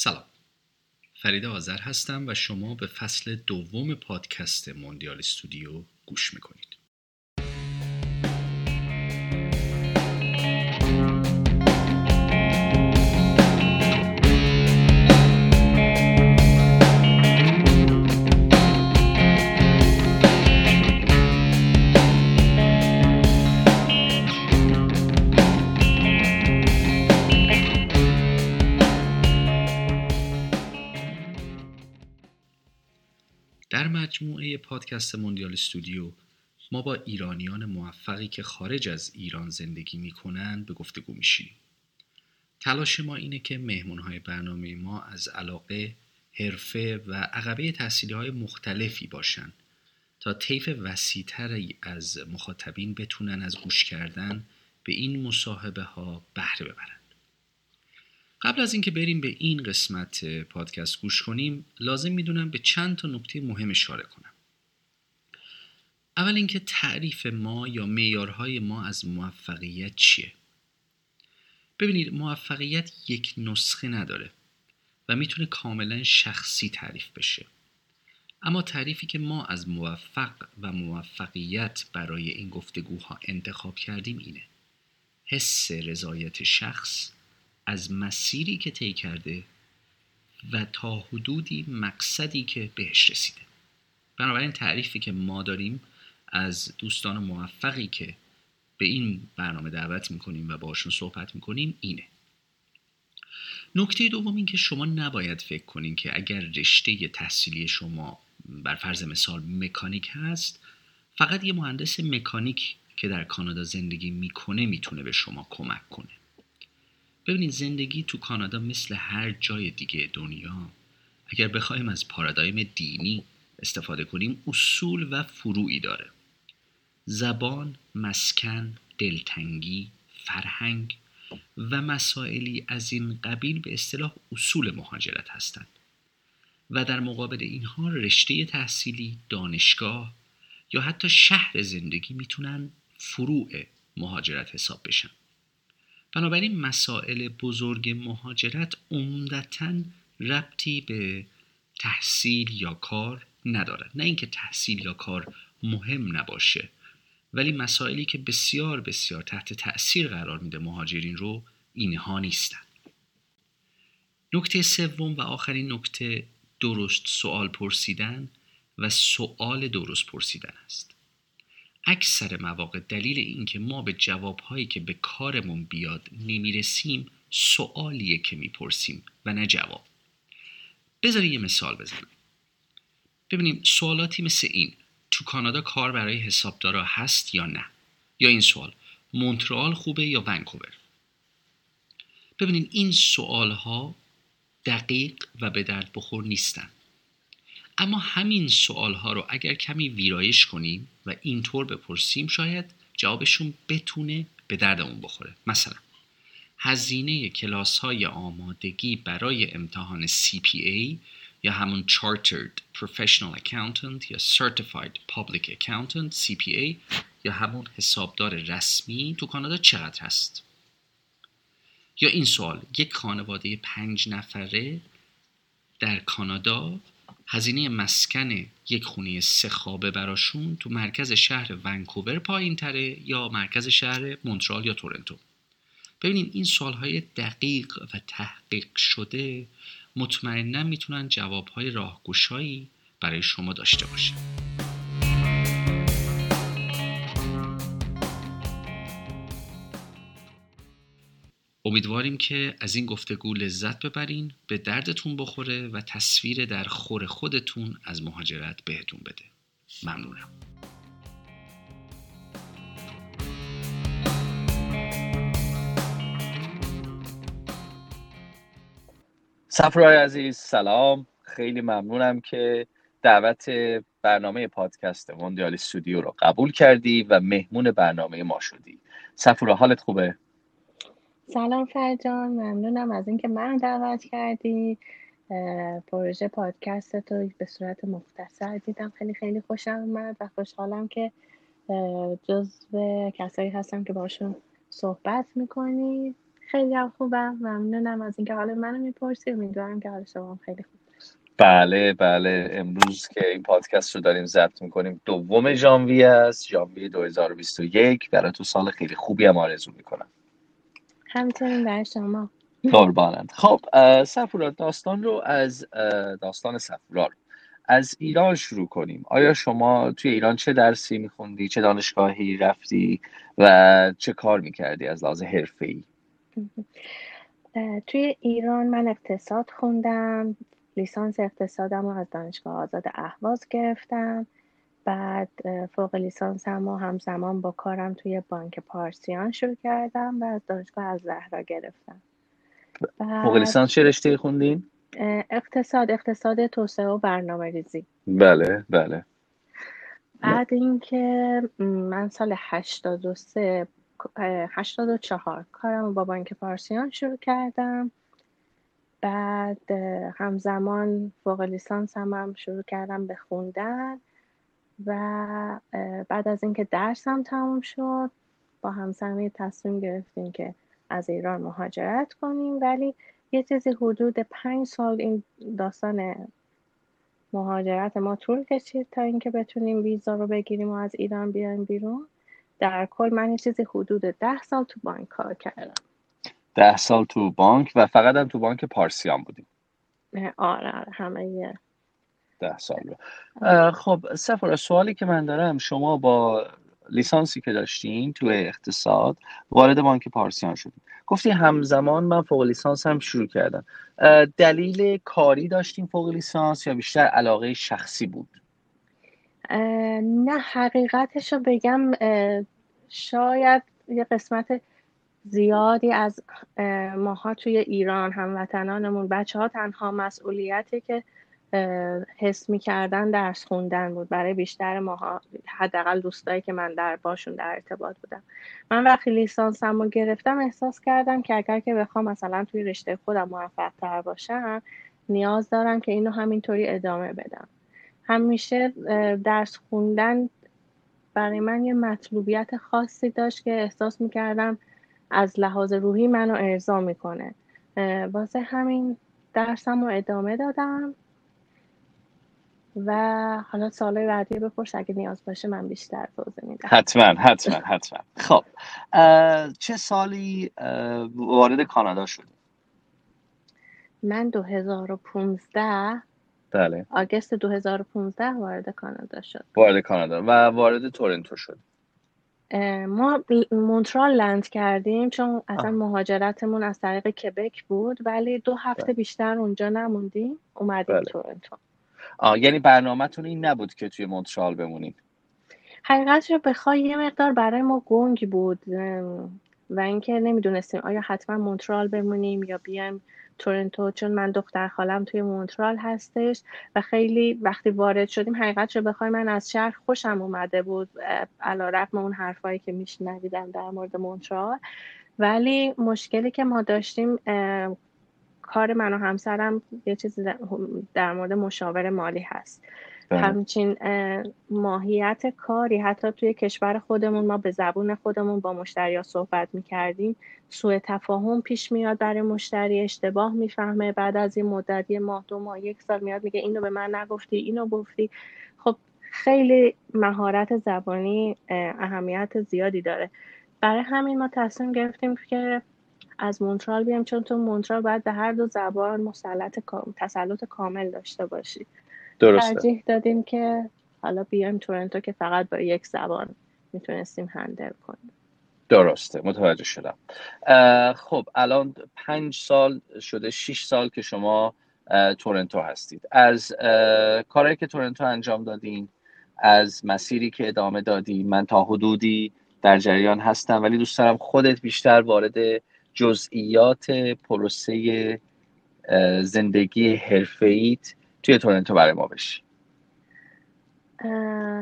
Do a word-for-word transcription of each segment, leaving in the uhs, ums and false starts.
سلام، فرید آذر هستم و شما به فصل دوم پادکست موندیال استودیو گوش میکنید. در مجموعه پادکست موندیال استودیو ما با ایرانیان موفقی که خارج از ایران زندگی میکنند به گفتگو میشیم. تلاش ما اینه که مهمونهای برنامه ما از علاقه، حرفه و عقبه تحصیلی‌های مختلفی باشن تا طیف وسیع‌تری از مخاطبین بتونن از گوش کردن به این مصاحبه ها بهره ببرن. قبل از اینکه بریم به این قسمت پادکست گوش کنیم، لازم میدونم به چند تا نکته مهم اشاره کنم. اول اینکه تعریف ما یا معیارهای ما از موفقیت چیه؟ ببینید، موفقیت یک نسخه نداره و میتونه کاملا شخصی تعریف بشه. اما تعریفی که ما از موفق و موفقیت برای این گفتگوها انتخاب کردیم اینه: حس رضایت شخص از مسیری که طی کرده و تا حدودی مقصدی که بهش رسیده. بنابراین تعریفی که ما داریم از دوستان موفقی که به این برنامه دعوت میکنیم و باشون صحبت میکنیم اینه. نکته دوم این که شما نباید فکر کنین که اگر رشته تحصیلی شما بر فرض مثال مکانیک هست، فقط یه مهندس مکانیک که در کانادا زندگی میکنه میتونه به شما کمک کنه. ببینید، زندگی تو کانادا مثل هر جای دیگه دنیا، اگر بخوایم از پارادایم دینی استفاده کنیم، اصول و فروعی داره. زبان، مسکن، دلتنگی، فرهنگ و مسائلی از این قبیل به اصطلاح اصول مهاجرت هستند و در مقابل اینها رشته تحصیلی، دانشگاه یا حتی شهر زندگی میتونن فروع مهاجرت حساب بشن. بنابراین مسائل بزرگ مهاجرت عمدتاً ربطی به تحصیل یا کار ندارد. نه اینکه تحصیل یا کار مهم نباشه، ولی مسائلی که بسیار بسیار تحت تأثیر قرار میده مهاجرین رو اینها نیستن. نکته سوم و آخرین نکته درست سوال پرسیدن و سوال درست پرسیدن است. اکثر مواقع دلیل این که ما به جوابهایی که به کارمون بیاد نمیرسیم سوالیه که میپرسیم و نه جواب. بذارید یه مثال بزنم. ببینیم، سوالاتی مثل این: تو کانادا کار برای حسابدارا هست یا نه؟ یا این سوال: مونترال خوبه یا ونکوور؟ ببینید، این سوالها دقیق و به درد بخور نیستن. اما همین سوالها رو اگر کمی ویرایش کنیم و اینطور بپرسیم، شاید جوابشون بتونه به دردمون بخوره. مثلا هزینه کلاس‌های آمادگی برای امتحان سی پی ای یا همون Chartered Professional Accountant یا Certified Public Accountant سی پی ای یا همون حسابدار رسمی تو کانادا چقدر هست؟ یا این سوال: یک خانواده پنج نفره در کانادا هزینه مسکن یک خونه سه خوابه براشون تو مرکز شهر ونکوور پایین تره یا مرکز شهر مونترال یا تورنتو؟ ببینید، این سوالهای دقیق و تحقیق شده مطمئناً میتونن جوابهای راهگشایی برای شما داشته باشه. امیدواریم که از این گفتگو لذت ببرین، به دردتون بخوره و تصویر در خور خودتون از مهاجرت بهتون بده. ممنونم. صفرای عزیز، سلام. خیلی ممنونم که دعوت برنامه پادکست موندیال استودیو رو قبول کردی و مهمون برنامه ما شدی. صفرا، حالت خوبه؟ سلام فرجان، ممنونم از اینکه من دعوت کردی. پروژه پادکست تو به صورت مختصر دیدم، خیلی خیلی خوشم اومد و خوشحالم که جزو کسایی هستم که باشون صحبت میکنی. خیلی هم خوبم، ممنونم از اینکه حال منو میپرسی. امیدوارم که حال شما هم خیلی خوب باشه. بله بله، امروز که این پادکست رو داریم ضبط میکنیم دوم ژانویه است، ژانویه دو هزار و بیست و یک. برای تو سال خیلی خوبی هم آرزو میکنم. همچنین برای شما. قربانند. خب اه، صفورا، داستان رو از اه، داستان صفورا رو از ایران شروع کنیم. آیا شما توی ایران چه درسی میخوندی، چه دانشگاهی رفتی و چه کار میکردی از لحاظ حرفه‌ای؟ اه، توی ایران من اقتصاد خوندم، لیسانس اقتصادم رو از دانشگاه آزاد اهواز گرفتم. بعد اه، فوق لیسانسم رو همزمان با کارم توی بانک پارسیان شروع کردم و از دانشگاه الزهرا گرفتم. فوق بعد لیسانس چه رشته خوندین؟ اه، اقتصاد اقتصاد توسعه و برنامه ریزی. بله بله. بعد اینکه م، من سال هشتاد و سه اه، هشتاد و چهار کارم رو با بانک پارسیان شروع کردم. بعد اه، همزمان فوق لیسانس هم, هم شروع کردم به خوندن و اه، بعد از اینکه درسم تموم شد با همسرم تصمیم گرفتیم که از ایران مهاجرت کنیم، ولی یه چیزی حدود پنج سال این داستان مهاجرت ما طول کشید تا اینکه بتونیم ویزا رو بگیریم و از ایران بیایم بیرون. در کل من یه چیزی حدود ده سال تو بانک کار کردم. ده سال تو بانک و فقط هم تو بانک پارسیان بودیم؟ آره آره همه یه ده سال رو. اه، خب سفر، سوالی که من دارم، شما با لیسانسی که داشتین تو اقتصاد وارد بانک پارسیان شدین، گفتی همزمان من فوق لیسانس هم شروع کردم. اه، دلیل کاری داشتین فوق لیسانس یا بیشتر علاقه شخصی بود؟ اه، نه حقیقتش رو بگم اه، شاید یه قسمت زیادی از اه، ماها توی ایران هموطنانمون بچه ها تنها مسئولیتی که اه، حس می‌کردن درس خوندن بود برای بیشتر ماها، حداقل دوستایی که من در باشون در ارتباط بودم. من وقتی لیسانسم رو گرفتم احساس کردم که اگر که بخوام مثلا توی رشته خودم موفق تر باشم نیاز دارم که اینو همینطوری ادامه بدم. همیشه اه، درس خوندن برای من یه مطلوبیت خاصی داشت که احساس میکردم از لحاظ روحی منو ارضا میکنه. اه، واسه همین درسم رو ادامه دادم و حالا سالهای بعدی بپرس اگه نیاز باشه من بیشتر توضیح میدم. حتما حتما حتما. خب اه، چه سالی اه، وارد کانادا شدی؟ من دو هزار و پونزده بله، آگست دو هزار و پونزده وارد کانادا شد. وارد کانادا و وارد تورنتو شد. اه، ما مونترال لند کردیم چون اصلا آه. مهاجرتمون از طریق کبک بود، ولی دو هفته بله بیشتر اونجا نموندیم، اومدیم بله. تورنتو. آه، یعنی برنامه‌تون این نبود که توی مونترال بمونید؟ حقیقتش رو بخوای یه مقدار برای ما گنگ بود ام، و اینکه نمیدونستیم آیا حتما مونترال بمونیم یا بیایم تورنتو، چون من دختر خالم توی مونترال هستش و خیلی وقتی وارد شدیم حقیقتش رو بخوای من از شهر خوشم اومده بود علیرغم اون حرفایی که میشنویدم در مورد مونترال. ولی مشکلی که ما داشتیم ام، کار من و همسرم یه چیزی در- در مورد مشاور مالی هست. بله همچین ماهیت کاری حتی توی کشور خودمون ما به زبون خودمون با مشتری ها صحبت میکردیم، سوء تفاهم پیش میاد برای مشتری، اشتباه میفهمه، بعد از این مدت یه ماه دو ماه یک سال میاد میگه اینو به من نگفتی اینو گفتی. خب خیلی مهارت زبانی اهمیت زیادی داره. برای همین ما تصمیم گرفتیم که از مونترال بیایم، چون تو مونترال باید به هر دو زبان مسلط تسلط کامل داشته باشی. درسته. ترجیح دادیم که حالا بیایم تورنتو که فقط با یک زبان میتونستیم هندل کنیم. درسته، متوجه شدم. اه، خب الان پنج سال شده، شیش سال که شما اه، تورنتو هستید. از اه، کارهایی که تورنتو انجام دادین، از مسیری که ادامه دادین، من تا حدودی در جریان هستم، ولی دوست دارم خودت بیشتر وارد جزئیات پروسه اه، زندگی حرفه‌ایت توی تورنتو برای ما بشی. اه،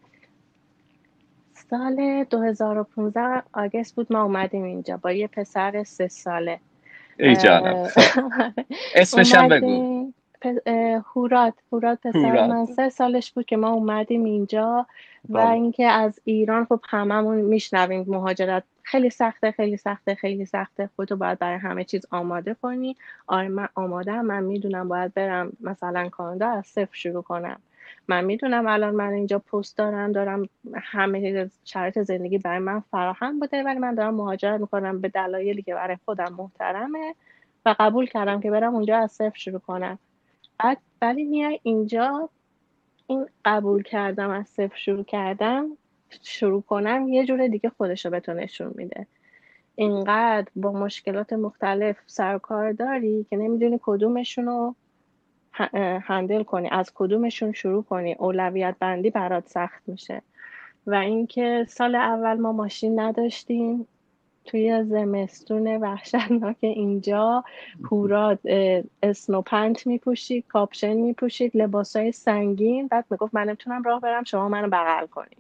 سال دو هزار و پانزده آگست بود ما اومدیم اینجا با یه پسر سه ساله. ای جانم. اه، اسمشم بگو. اومدیم پ- اه، هورات هورات پسر هورات. من سه سالش بود که ما اومدیم اینجا و اینکه از ایران خب هممون میشنویم مهاجرت خیلی سخته خیلی سخته خیلی سخته، خودتو باید برای همه چیز آماده کنی. آره من آماده هم، من میدونم باید برم مثلا کانادا از صفر شروع کنم. من میدونم الان من اینجا پست دارم دارم همه شرایط زندگی برای من فراهم بوده، ولی من دارم مهاجرت میکنم به دلایلی که برای خودم محترمه و قبول کردم که برم اونجا از صفر شروع کنم. بعد ولی میای اینجا این قبول کردم از صفر شروع کردم شروع کنم یه جور دیگه خودشو به تو نشون میده. اینقدر با مشکلات مختلف سرکار داری که نمیدونی کدومشونو هندل کنی، از کدومشون شروع کنی، اولویت بندی برات سخت میشه. و اینکه سال اول ما ماشین نداشتیم، توی زمستون وحشتناک اینجا هورا اسنوپنت میپوشید، کاپشن میپوشید، لباسای سنگین، بعد میگفت من نمیتونم راه برم شما منو بغل کنید.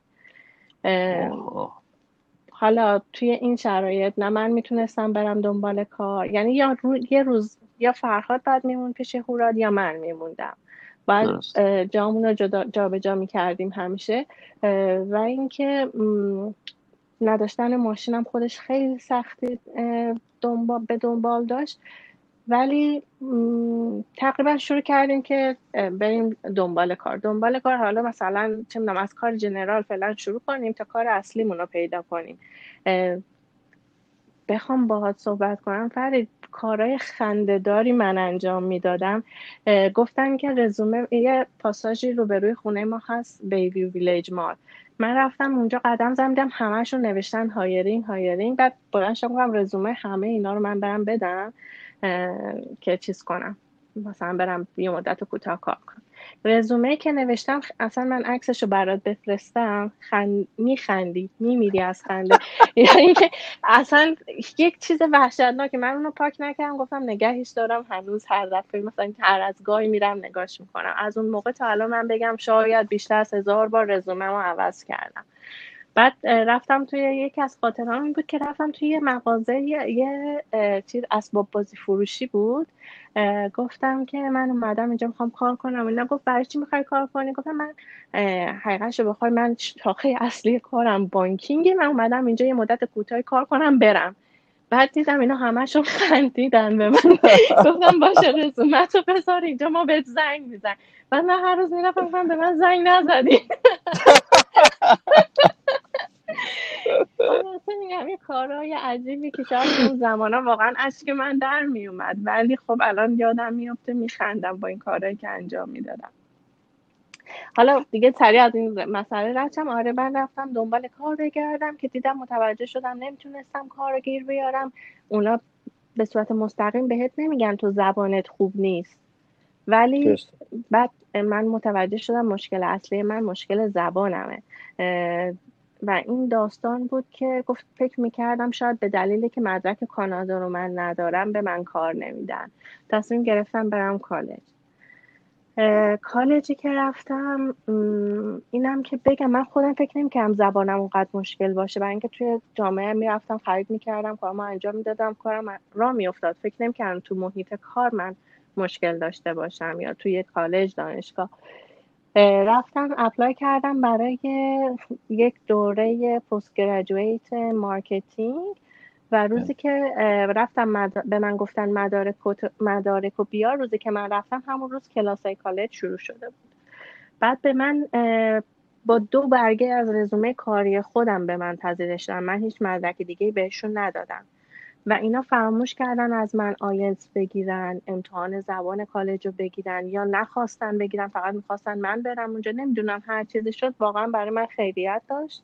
حالا توی این شرایط نه من میتونستم برم دنبال کار، یعنی یا رو... یه روز یا فرهاد بعد میمون پیش هوراد یا من میموندم، بعد جامون رو جدا جا به جا میکردیم همیشه. و اینکه نداشتن ماشینم خودش خیلی سختی دنبال به دنبال داشت، ولی تقریبا شروع کردیم که بریم دنبال کار دنبال کار حالا مثلا چه میدونم از کار جنرال فعلا شروع کنیم تا کار اصلیمون رو پیدا کنیم. بخوام باهات صحبت کنم فرید، کارهای خنده‌داری من انجام میدادم. گفتن که رزومه یه پاساژی روبروی خونه ما هست، بیبی ویلیج مال، من رفتم اونجا قدم زدم همه‌شون نوشتن هایرینگ هایرینگ. بعد بلند شدم گفتم رزومه همه اینا رو من برم بدم که چیز کنم، مثلا برم یه مدت کوتاه کار کنم. رزومه که نوشتم اصلا من عکسشو برات بفرستم خند... میخندی میمیری از خنده. یعنی که اصلا یک چیز وحشتناکه. من اونو پاک نکردم، گفتم نگهش دارم هنوز هر دفعه مثلا هر از گاهی میرم نگاش میکنم. از اون موقع تا الان من بگم شاید بیشتر از هزار بار رزومه‌مو عوض کردم. بعد رفتم توی یکی از خاطرام این بود که رفتم توی یه مغازه یه, یه چیز اسباب بازی فروشی بود. گفتم که من اومدم اینجا میخوام کار کنم. اینا گفت برای چی میخوای کار کنی؟ گفتم من حقیقتشو بخوای من شاخه اصلی کارم بانکینگه، من اومدم اینجا یه مدت کوتاهی کار کنم برم. بعد دیدم اینا همشون خندیدن به من. گفتم باشه رزومتو بذار اینجا ما بهت زنگ میزنیم. بعد من هر روز میرفتم به من زنگ نزدی. اصلا میگم یه کارهای عجیبی که شاید اون زمانا واقعا اشک من در میومد، ولی خب الان یادم میفته میخندم با این کارهایی که انجام میدادم. حالا دیگه سریع از این مسئله رفتم. آره من رفتم دنبال کار بگردم که دیدم متوجه شدم نمیتونستم کار رو گیر بیارم. اونا به صورت مستقیم بهت نمیگن تو زبانت خوب نیست، ولی دست. بعد من متوجه شدم مشکل اصلی من مشکل زبانمه. و این داستان بود که گفت فکر میکردم شاید به دلیلی که مدرک کانادا رو من ندارم به من کار نمیدن. تصمیم گرفتم برم کالج. کالجی که رفتم اینم که بگم من خودم فکر نمی‌کردم زبانم اونقدر مشکل باشه، برای اینکه توی جامعه میرفتم خرید میکردم کارمو انجام میدادم کارم راه میافتاد. فکر نمی‌کردم تو محیط کار من مشکل داشته باشم یا توی کالج دانشگاه. رفتم اپلای کردم برای یک دوره پست گریجویت مارکتینگ و روزی که رفتم مد... به من گفتن مدارک مدارک و بیار، روزی که من رفتم همون روز کلاسای کالج شروع شده بود. بعد به من با دو برگه از رزومه کاری خودم به من پذیرش دادن. من هیچ مدرک دیگه بهشون ندادم و اینا فراموش کردن از من آیلتس بگیرن، امتحان زبان کالج رو بگیرن، یا نخواستن بگیرن، فقط میخواستن من برم اونجا. نمیدونم هر چیزی شد واقعا برای من خیریت داشت.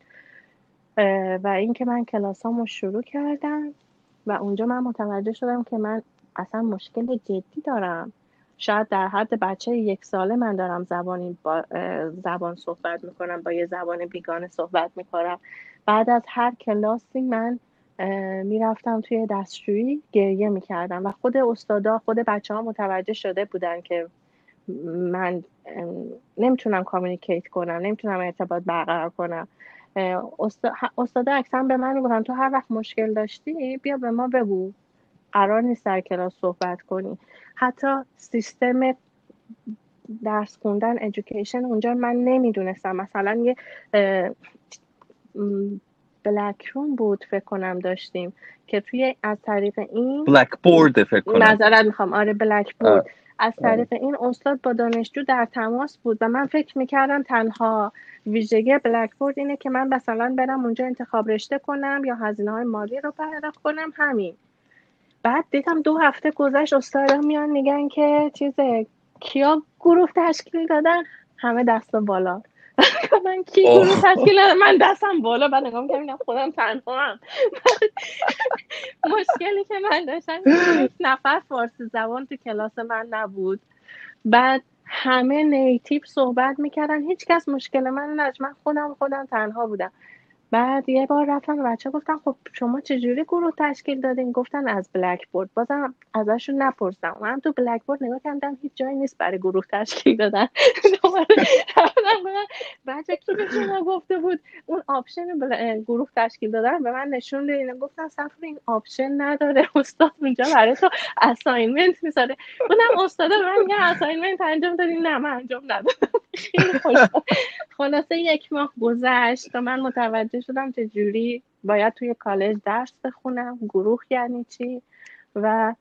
و اینکه من کلاسامو شروع کردم و اونجا من متوجه شدم که من اصلا مشکل جدی دارم. شاید در حد بچه یک ساله من دارم زبانی با زبان صحبت میکنم، با یه زبان بیگانه صحبت میکنم. بعد از هر کلاسی من میرفتم توی دستشویی گریه میکردم و خود استادا خود بچه ها متوجه شده بودن که من نمیتونم کامیونیکیت کنم، نمیتونم ارتباط برقرار کنم. استادا اکثر به من میگفتن تو هر وقت مشکل داشتی بیا به ما بگو، قرار نیست در کلاس صحبت کنی. حتی سیستم درس خوندن education اونجا من نمیدونستم. مثلا یه بلک روم بود فکر کنم داشتیم که توی از طریق این بلک بورد فکر کنم معذرت میخوام آره بلک بورد از طریق این استاد با دانشجو در تماس بود و من فکر میکردم تنها ویژگی بلک بورد اینه که من مثلا برم اونجا انتخاب رشته کنم یا هزینه های مالی رو پرداخت کنم، همین. بعد دیدم دو هفته گذشت استادا میان میگن که چیز کیا گروه تشکیل دادن، همه دست بالا. من کی گروه تشکیل دادن؟ من دستم بالا. بعد نگاه می‌کردم خودم تنهام. مشکلی که من داشتم یک نفر فارسی زبان تو کلاس من نبود. بعد همه نیتیو صحبت میکردن، هیچ کس مشکل من نداشت، من خودم خودم تنها بودم. بعد یه بار رفتم بچه گفتن خب شما چجوری گروه تشکیل دادین؟ گفتن از بلک بورد. بازم ازشون نپرسیدم، من تو بلک بورد نگاه کردم هیچ جایی نیست برای گروه تشکیل دادن. دوباره رفتم بچه کی به شما گفته بود اون آپشن بل... گروه تشکیل دادن به من نشون بدین؟ گفتم صفر این آپشن نداره، استاد اونجا برای تو اساینمنت میذاره. اونم استاد به من میگه اساینمنت انجام دادین؟ نه من انجام ندادم. خیلی خوشحال. خلاصه یک ماه گذشت تا من متوجه شدم چجوری باید توی کالج درس بخونم، گروه یعنی چی و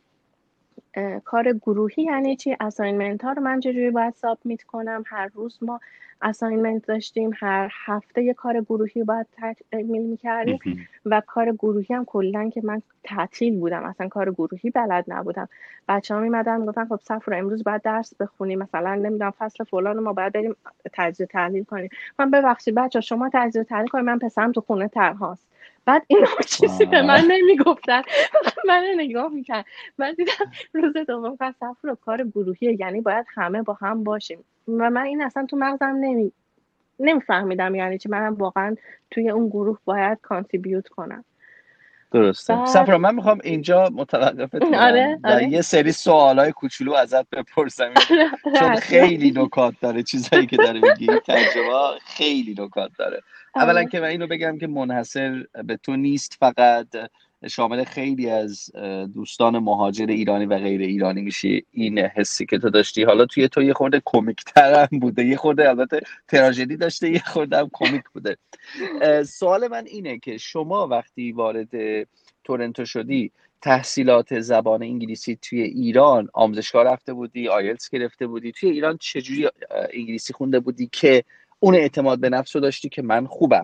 کار گروهی یعنی چی، اساینمنت ها رو من چجوری باید سابمیت کنم. هر روز ما اساینمنت داشتیم، هر هفته یه کار گروهی باید تکمیل میکردیم و کار گروهی هم کلا که من تعطیل بودم، اصلا کار گروهی بلد نبودم. بچه ها میمدن گفتن خب صفر امروز باید درس بخونیم، مثلا نمیدونم فصل فلان ما باید بریم تجزیه تحلیل کنیم. من ببخشید بچه ها شما تجزیه تحلیل کنید، من پسرم تو خونه تنهاست. بعد اینا چیزی به من نمیگفتن، من نگاه میکرد. من دیدم روز دوم که صفر رو کار گروهیه یعنی باید همه با هم باشیم و من این اصلا تو مغزم نمی نمیفهمیدم یعنی چی، منم واقعا توی اون گروه باید کانتریبیوت کنم. درسته. بعد... صفرا من میخوام اینجا متوقفت کنم آره، و آره. یه سری سوالای کوچولو ازت بپرسم چون خیلی نکات داره چیزایی که داره میگی، تجربه خیلی نکات داره. اولا که من اینو بگم که منحصر به تو نیست، فقط شامل خیلی از دوستان مهاجر ایرانی و غیر ایرانی میشه این حسی که تو داشتی. حالا توی تو یه خورده کمیک تر هم بوده، یه خورده البته تراژدی داشته، یه خورده هم کمیک بوده. سوال من اینه که شما وقتی وارد تورنتو شدی تحصیلات زبان انگلیسی توی ایران آموزشگاه رفته بودی، آیلتس گرفته بودی؟ توی ایران چجوری انگلیسی خونده بودی که اون اعتماد به نفس رو داشتی که من خوبم؟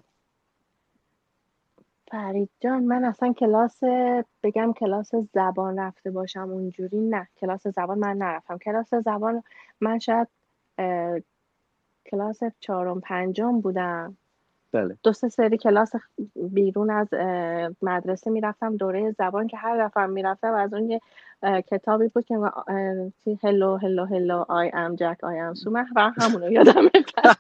فرید جان من اصلا کلاس بگم کلاس زبان رفته باشم اونجوری نه، کلاس زبان من نرفتم. کلاس زبان من شاید کلاس چهارم پنجم بودم. بله. دو سه سری کلاس بیرون از مدرسه میرفتم دوره زبان که هر دفعه میرفتم از اون یه کتابی بود که هلو هلو هلو آی ام جک آی ام سو، من همونو یادم میاد.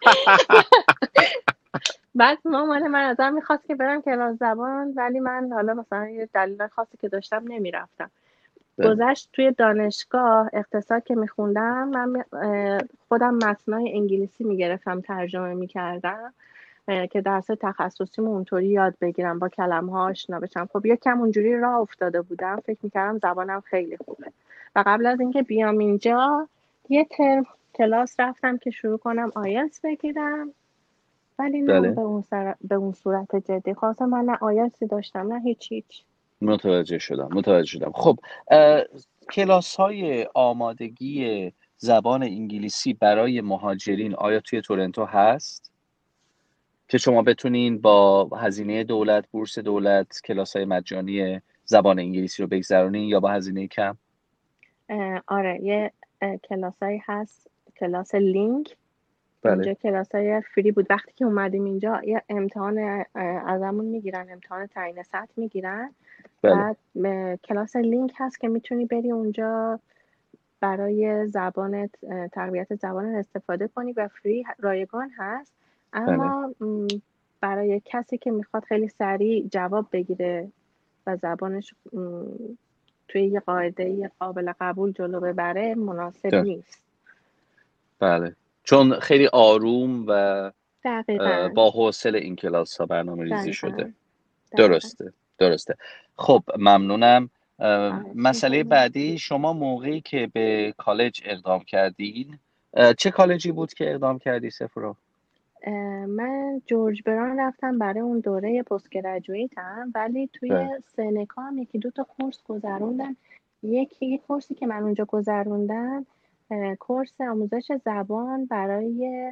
بعد مامان من ازم میخواست که برم کلاس زبان ولی من حالا مثلا یه دلیل خاصی که داشتم نمیرفتم. گذشت توی دانشگاه اقتصاد که میخوندم من خودم متنای انگلیسی میگرفتم ترجمه میکردم که درس تخصصیمو اونطوری یاد بگیرم، با کلمه ها آشنا بشم. خب یکم اونجوری راه افتاده بودم، فکر میکردم زبانم خیلی خوبه و قبل از اینکه بیام اینجا یه ترم کلاس رفتم که شروع کنم آیلتس بگیرم ولی نه بله. به اون سر... به اون صورت جدی. خواستم من نه آیلتسی داشتم نه هیچ هیچ. متوجه شدم متوجه شدم. خب کلاس های آمادگی زبان انگلیسی برای مهاجرین آیا توی تورنتو هست که شما بتونین با هزینه دولت، بورس دولت، کلاس های مجانی زبان انگلیسی رو بگذرونین یا با هزینه کم؟ آره یه کلاس هایی هست، کلاس لینک. بله. اینجا کلاس های فری بود. وقتی که اومدیم اینجا یه امتحان ازمون میگیرن، امتحان تعیین سطح میگیرن. بله. بعد کلاس لینک هست که میتونی بری اونجا برای زبانت تقویت زبانت استفاده کنی و فری رایگان هست. اما بله. برای کسی که میخواد خیلی سریع جواب بگیره و زبانش توی یه قاعده قابل قبول جلو ببره مناسب ده. نیست. بله، چون خیلی آروم و دقیقاً با حوصله این کلاس ها برنامه ریزی دقیقاً. شده دقیقاً. درسته درسته. خب ممنونم. مسئله بعدی، شما موقعی که به کالج اقدام کردین چه کالجی بود که اقدام کردی سفورا؟ من جورج بران رفتم برای اون دوره پست گرجویتم، ولی توی سنکا هم یکی دو تا کورس گذروندم. یکی کورسی که من اونجا گذروندم کورس آموزش زبان برای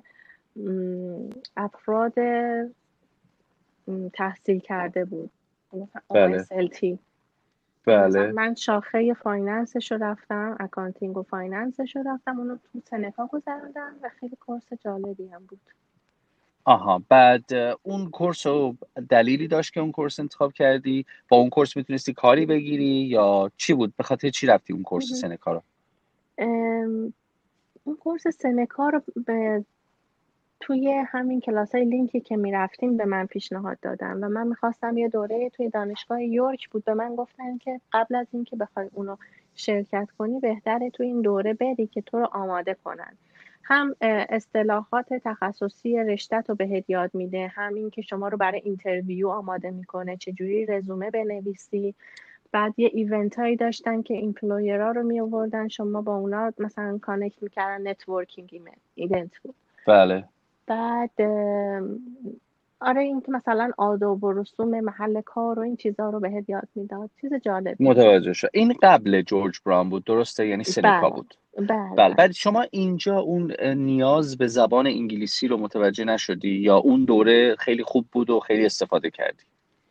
افراد تحصیل کرده بود، بله. اس ال تی. بله. من شاخه فایننسش رو رفتم، اکانتینگ و فایننسش رو رفتم، اونو تو سنکا گذروندم و خیلی کورس جالبی هم بود. آها، بعد اون کورس رو دلیلی داشت که اون کورس انتخاب کردی؟ با اون کورس میتونستی کاری بگیری یا چی بود؟ به خاطر چی رفتی اون کورس سنکا رو؟ اون کورس سنکا رو به توی همین کلاسای لینکی که میرفتیم به من پیشنهاد دادن و من میخواستم یه دوره توی دانشگاه یورک بود، به من گفتن که قبل از اینکه بخوای اونو شرکت کنی بهتره توی این دوره بری که تو رو آماده کنن. هم اصطلاحات تخصصی رشته رو بهت یاد میده، هم این که شما رو برای اینترویو آماده میکنه، چجوری رزومه بنویسی. بعد یه ایونت هایی داشتن که ایمپلویرها رو می آوردن، شما با اونا مثلا کانکت میکردن، نتورکینگ ایونت بود. بله. بعد آره این که مثلا آداب و رسوم محل کار و این چیزا رو بهت یاد میداد، چیز جالبی. متوجه شد. این قبل جورج براون بود درسته؟ یعنی سنکا بله. بود. بله. بله. بعد شما اینجا اون نیاز به زبان انگلیسی رو متوجه نشدی یا اون دوره خیلی خوب بود و خیلی استفاده کردی؟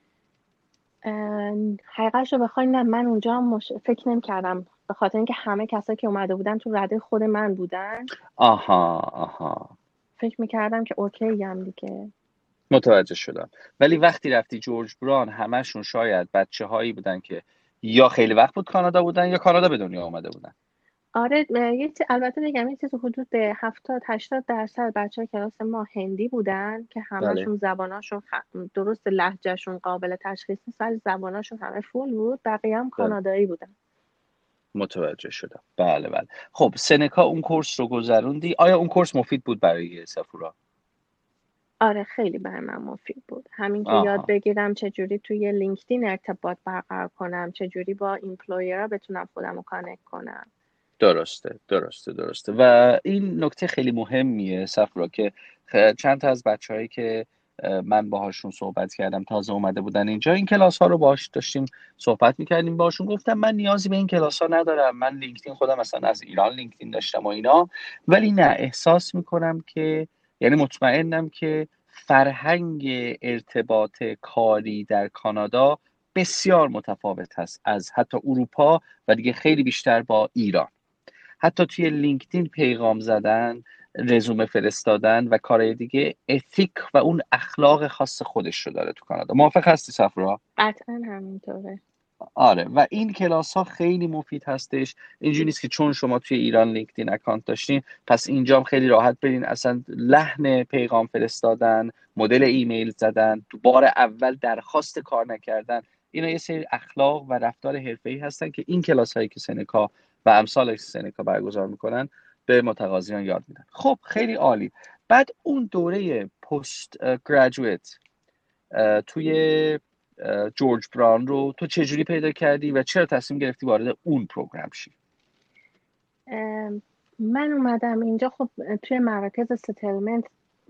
حقیقتش رو بخوای نه، من اونجا مش... فکر نمی کردم، به خاطر اینکه همه کسایی که اومده بودن تو رده خود من بودن. آها آها فکر میکردم که اوکی هم دیگه. متوجه شدم. ولی وقتی رفتی جورج براون همشون شاید بچه هایی بودن که یا خیلی وقت بود کانادا بودن یا کانادا به دنیا آمده بودن. آره یه چیز البته بگم، یه چیز حدود هفتاد هشتاد درصد بچه کلاس ما هندی بودن که همشون زباناشون خ... درست لهجهشون قابل تشخیص نیست ولی زباناشون همه فول بود، بقیه هم کانادایی بودن. متوجه شدم. بله بله. خب سنکا اون کورس رو گذروندی، آیا اون کورس مفید بود برای سفورا؟ آره خیلی برای من مفید بود، همین که آها. یاد بگیرم چجوری توی لینکدین ارتباط برقرار کنم، چجوری با ایمپلویرها بتونم خودم رو کانکت کنم. درسته درسته درسته. و این نکته خیلی مهمیه سفورا که چند تا از بچه‌هایی که من باهاشون صحبت کردم تازه اومده بودن اینجا، این کلاس ها رو باهاش داشتیم صحبت میکردیم، باهاشون گفتم من نیازی به این کلاس ها ندارم، من لینکدین خودم مثلا از ایران لینکدین داشتم و اینا، ولی نه احساس میکنم که یعنی مطمئنم که فرهنگ ارتباط کاری در کانادا بسیار متفاوت هست از حتی اروپا و دیگه خیلی بیشتر با ایران. حتی توی لینکدین پیغام زدن، رزومه فرستادن و کارهای دیگه اتیک و اون اخلاق خاص خودش رو داره تو کانادا. موافق هستی صفرا؟ قطعا همینطوره. آره و این کلاس ها خیلی مفید هستش. اینجوری نیست که چون شما توی ایران لینکدین اکانت داشتین پس اینجا هم خیلی راحت برین، اصلا لحن پیغام فرستادن، مدل ایمیل زدن، تو بار اول درخواست کار نکردن، اینا یه سری اخلاق و رفتار حرفه‌ای هستن که این کلاس هایی که سنکا و امثال سنکا برگزار میکنن به متقاضیان یاد میدن. خب خیلی عالی. بعد اون دوره پست گریجویت توی جورج براون رو تو چجوری پیدا کردی و چرا تصمیم گرفتی وارد اون پروگرام شی؟ من اومدم اینجا، خب توی مراکز ستلمنت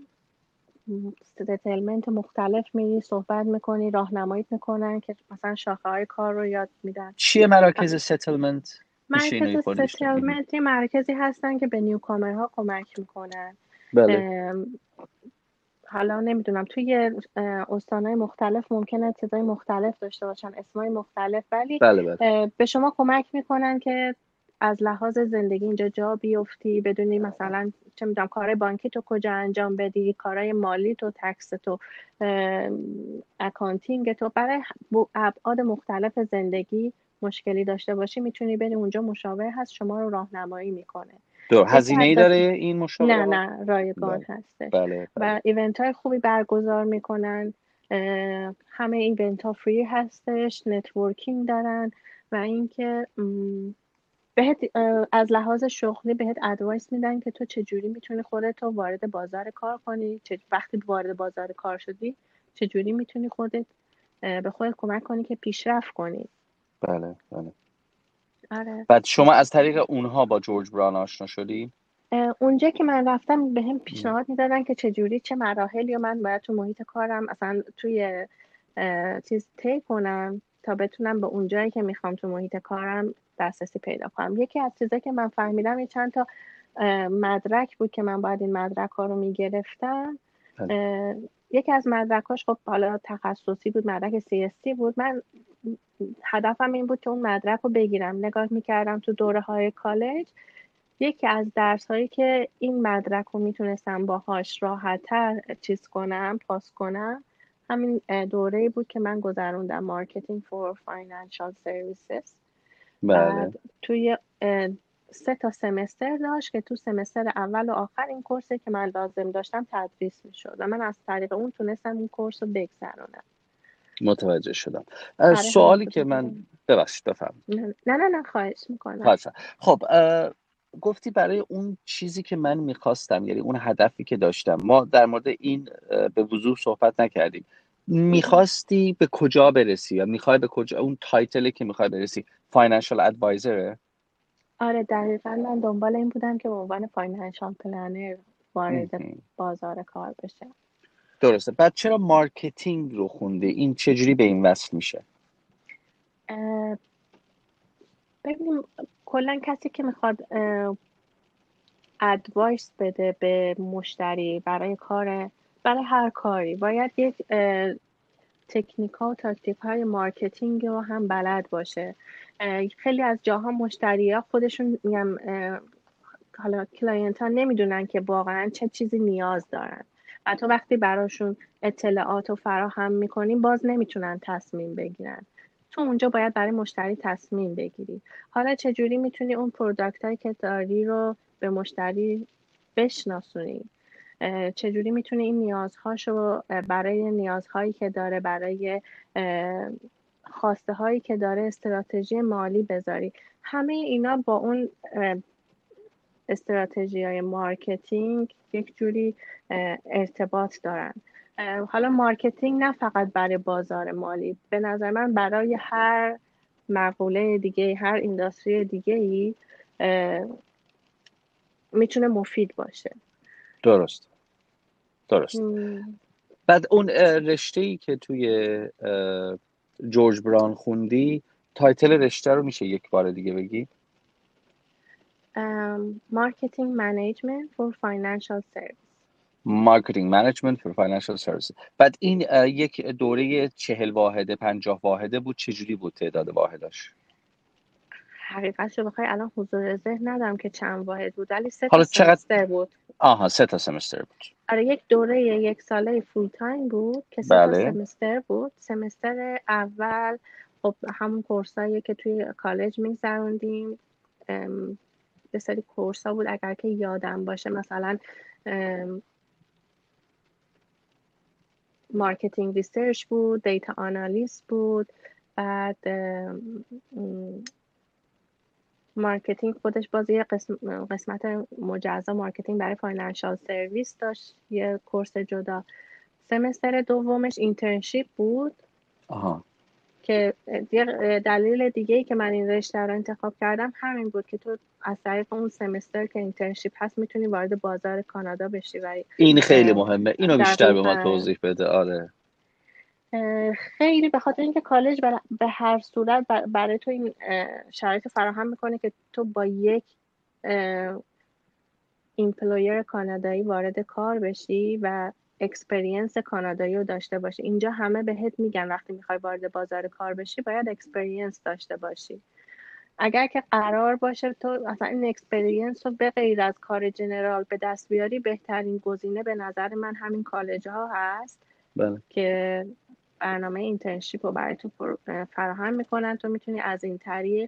ستلمنت مختلف میری صحبت میکنی، راهنماییت میکنن که مثلا شاخه های کار رو یاد میدن. چیه مراکز ستلمنت؟ مراکز ستلمنت یه مرکزی هستن که به نیوکامرها کمک میکنن. بله. حالا نمیدونم توی استانهای مختلف ممکنه تعداد مختلف داشته باشن، اسمای مختلف، ولی بله بله. به شما کمک میکنن که از لحاظ زندگی اینجا جا بیفتی، بدونی مثلا چه میدونم کارهای بانکی تو کجا انجام بدی، کارهای مالی تو، تکس تو، اکانتینگ تو، برای ابعاد مختلف زندگی مشکلی داشته باشی میتونی بری اونجا، مشاور هست شما رو راهنمایی میکنه. هزینه‌ای داره این مشاوره؟ نه نه رایگان بله. هستش. بله بله. و ایونت های خوبی برگزار میکنن، همه ایونت ها فری هستش، نتورکینگ دارن و اینکه بهت از لحاظ شغلی بهت ادوایس میدن که تو چجوری میتونی خودت رو وارد بازار کار کنی، چه وقتی وارد بازار کار شدی چجوری میتونی خودت به خودت کمک کنی که پیشرفت کنی. بله بله. آره. بعد شما از طریق اونها با جورج براون آشنا شدی؟ اونجا که من رفتم به هم پیشنهاد میدادن که چجوری چه مراحلی یا من باید تو محیط کارم اصلا توی چیز طی کنم تا بتونم به اونجایی که میخوام تو محیط کارم دسترسی پیدا کنم. یکی از چیزایی که من فهمیدم یه چند تا مدرک بود که من باید این مدرک ها رو میگرفتم. یکی از مدرکاش خب حالا تخصصی بود، مدرک سی اس تی بود. من هدفم این بود که اون مدرک رو بگیرم. نگاه میکردم تو دوره های کالج، یکی از درس هایی که این مدرک رو میتونستم باهاش راحت‌تر چیز کنم پاس کنم همین دوره بود که من گذروندم، مارکتینگ فور فاینانشال سرویسز. بعد توی سه تا سمستر داشت که تو سمستر اول و آخر این کورسی که من لازم داشتم تدریس میشد و من از طریق اون تونستم این کورس رو بگذرونم. متوجه شدم. سوالی که من ببخشید بفهم. نه نه نه خواهش میکنم. خواهش. خب گفتی برای اون چیزی که من میخواستم، یعنی اون هدفی که داشتم، ما در مورد این به وضوح صحبت نکردیم. میخواستی به کجا برسی یا میخوای به کجا، اون تایتلی که میخوای برسی فاینانشال ادوایزره؟ آره دقیقاً من دنبال این بودم که به عنوان فاینانشال پلنر وارد بازار کار بشم. درسته. بعد چرا مارکتینگ رو خوندی؟ این چجوری به این وصل میشه؟ ببینیم کلا کسی که میخواد ادوایس بده به مشتری برای کار برای هر کاری باید یک تکنیک ها و تاکتیک های مارکتینگ رو هم بلد باشه. خیلی از جاها مشتری ها خودشون میگم حالا کلاینت ها نمیدونن که واقعا چه چیزی نیاز دارن و تو وقتی براشون اطلاعات رو فراهم میکنیم باز نمیتونن تصمیم بگیرن. تو اونجا باید برای مشتری تصمیم بگیری. حالا چجوری میتونی اون پروداکت هایی که داری رو به مشتری بشناسونی؟ چجوری میتونی این نیازهاشو برای نیازهایی که داره، برای خواسته هایی که داره استراتژی مالی بذاری؟ همه اینا با اون استراتژی های مارکتینگ یک جوری ارتباط دارن. حالا مارکتینگ نه فقط برای بازار مالی، به نظر من برای هر مقوله دیگه، هر اینداستری دیگه ای میتونه مفید باشه. درست درست. مم. بعد اون رشته‌ای که توی جورج براون خوندی، تایتل رشته رو میشه یک بار دیگه بگی؟ مارکتینگ منیجمنت فور فاینانشال سرویس. مارکتینگ منیجمنت فور فاینانشال سرویس. بعد این یک دوره چهل واحده پنجاه واحده بود، چجوری بود تعداد واحداش؟ حقیقتش رو بخوای الان حضور ذهن ندارم که چند واحد بود، ولی سه تا سمستر بود. آها سه تا سمستر بود. آره یک دوره یک ساله فول تایم بود که سه بله. تا سمستر بود. سمستر اول خب همون کورسایی که توی کالج میگذروندیم، یه سری کورسا بود اگر که یادم باشه، مثلا مارکتینگ ریسرچ بود، دیتا آنالیست بود، بعد مارکتینگ خودش باز یه قسم، قسمت مجزا مارکتینگ برای فاینانشال سرویس داشت، یه کورس جدا. سمستر دومش اینترنشیپ بود. آها. که دلیل دیگه ای که من این رشته رو انتخاب کردم همین بود که تو از طریق اون سمستر که اینترنشیپ هست میتونی وارد بازار کانادا بشی. و این خیلی مهمه، اینو بیشتر به ما توضیح بده. آره خیلی به خاطر اینکه کالج به هر صورت برای تو این شرایط فراهم میکنه که تو با یک ایمپلویر کانادایی وارد کار بشی و اکسپریانس کانادایی رو داشته باشی. اینجا همه بهت میگن وقتی میخوای وارد بازار کار بشی باید اکسپریانس داشته باشی. اگر که قرار باشه تو اصلا این اکسپریانس رو به غیر از کار جنرال به دست بیاری، بهترین گزینه به نظر من همین کالج ها هست. بله. که برنامه اینترنشیپ رو برای تو فراهم میکنن، تو میتونی از این طریق